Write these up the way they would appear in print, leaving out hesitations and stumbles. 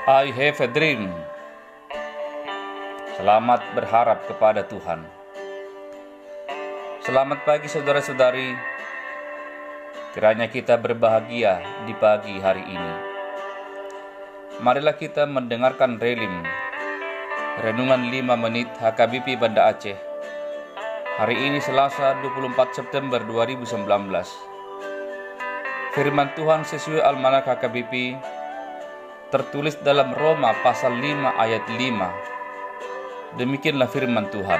I have a dream. Selamat berharap kepada Tuhan. Selamat pagi saudara-saudari. Kiranya kita berbahagia di pagi hari ini. Marilah kita mendengarkan Relim, Renungan 5 menit HKBP Banda Aceh. Hari ini Selasa 24 September 2019. Firman Tuhan sesuai Almanak HKBP tertulis dalam Roma pasal 5 ayat 5. Demikianlah firman Tuhan.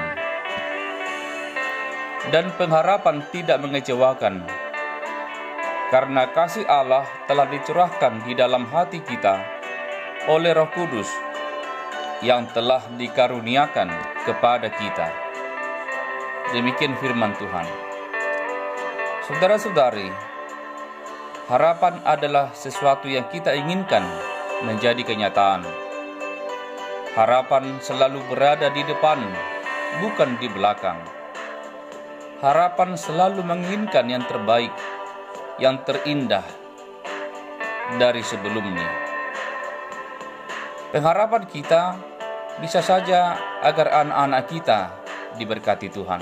Dan pengharapan tidak mengecewakan, karena kasih Allah telah dicurahkan di dalam hati kita oleh Roh Kudus yang telah dikaruniakan kepada kita. Demikian firman Tuhan. Saudara-saudari, harapan adalah sesuatu yang kita inginkan menjadi kenyataan. Harapan selalu berada di depan, bukan di belakang. Harapan selalu menginginkan yang terbaik, yang terindah dari sebelumnya. Pengharapan kita bisa saja agar anak-anak kita diberkati Tuhan,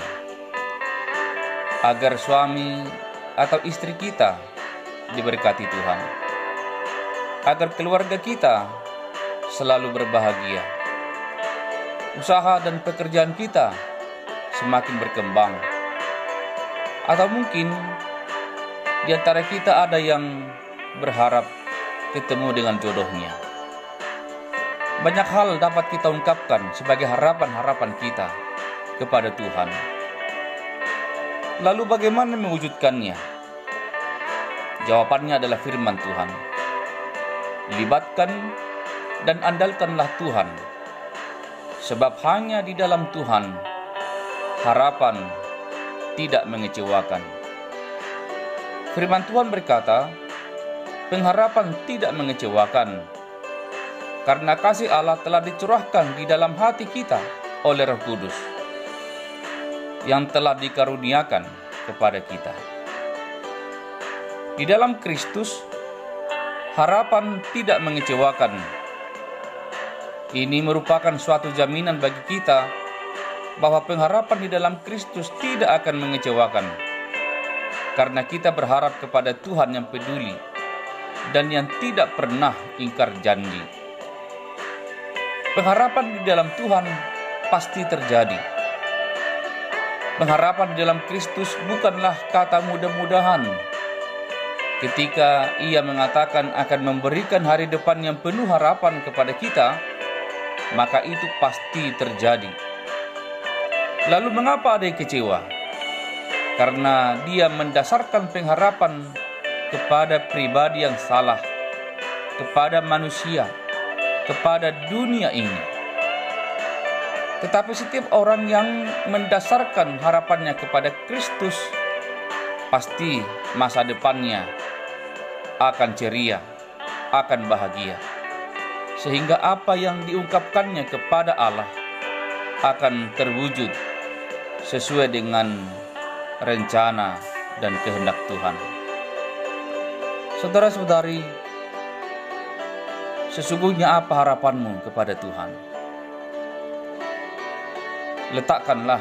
agar suami atau istri kita diberkati Tuhan, agar keluarga kita selalu berbahagia, usaha dan pekerjaan kita semakin berkembang, atau mungkin di antara kita ada yang berharap ketemu dengan jodohnya. Banyak hal dapat kita ungkapkan sebagai harapan-harapan kita kepada Tuhan. Lalu bagaimana mewujudkannya? Jawabannya adalah firman Tuhan. Libatkan dan andalkanlah Tuhan, sebab hanya di dalam Tuhan harapan tidak mengecewakan. Firman Tuhan berkata, pengharapan tidak mengecewakan, karena kasih Allah telah dicurahkan di dalam hati kita oleh Roh Kudus yang telah dikaruniakan kepada kita. Di dalam Kristus, harapan tidak mengecewakan. Ini merupakan suatu jaminan bagi kita bahwa pengharapan di dalam Kristus tidak akan mengecewakan, karena kita berharap kepada Tuhan yang peduli dan yang tidak pernah ingkar janji. Pengharapan di dalam Tuhan pasti terjadi. Pengharapan di dalam Kristus bukanlah kata mudah-mudahan. Ketika Ia mengatakan akan memberikan hari depan yang penuh harapan kepada kita, maka itu pasti terjadi. Lalu mengapa ada yang kecewa? Karena dia mendasarkan pengharapan kepada pribadi yang salah, kepada manusia, kepada dunia ini. Tetapi setiap orang yang mendasarkan harapannya kepada Kristus, pasti masa depannya akan ceria, akan bahagia. Sehingga apa yang diungkapkannya kepada Allah akan terwujud sesuai dengan rencana dan kehendak Tuhan. Saudara-saudari, sesungguhnya apa harapanmu kepada Tuhan? Letakkanlah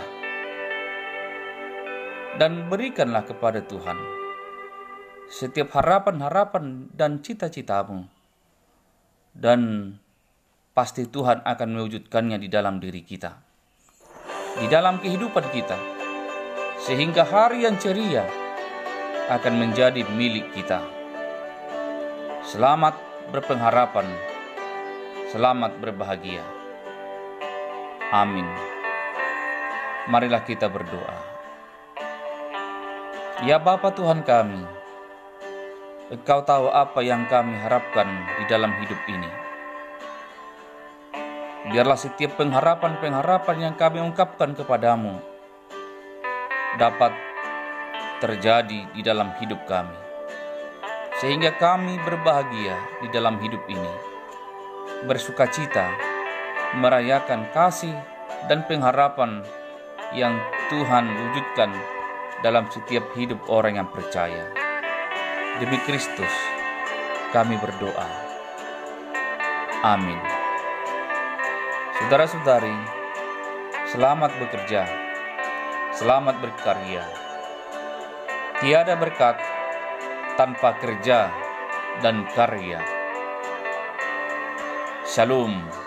dan berikanlah kepada Tuhan setiap harapan-harapan dan cita-citamu, dan pasti Tuhan akan mewujudkannya di dalam diri kita, di dalam kehidupan kita, sehingga hari yang ceria akan menjadi milik kita. Selamat berpengharapan, selamat berbahagia. Amin. Marilah kita berdoa. Ya Bapa Tuhan kami, Engkau tahu apa yang kami harapkan di dalam hidup ini. Biarlah setiap pengharapan-pengharapan yang kami ungkapkan kepadamu dapat terjadi di dalam hidup kami, sehingga kami berbahagia di dalam hidup ini, bersukacita, merayakan kasih dan pengharapan yang Tuhan wujudkan dalam setiap hidup orang yang percaya. Demi Kristus kami berdoa. Amin. Saudara-saudari, selamat bekerja, selamat berkarya. Tiada berkat tanpa kerja dan karya. Shalom.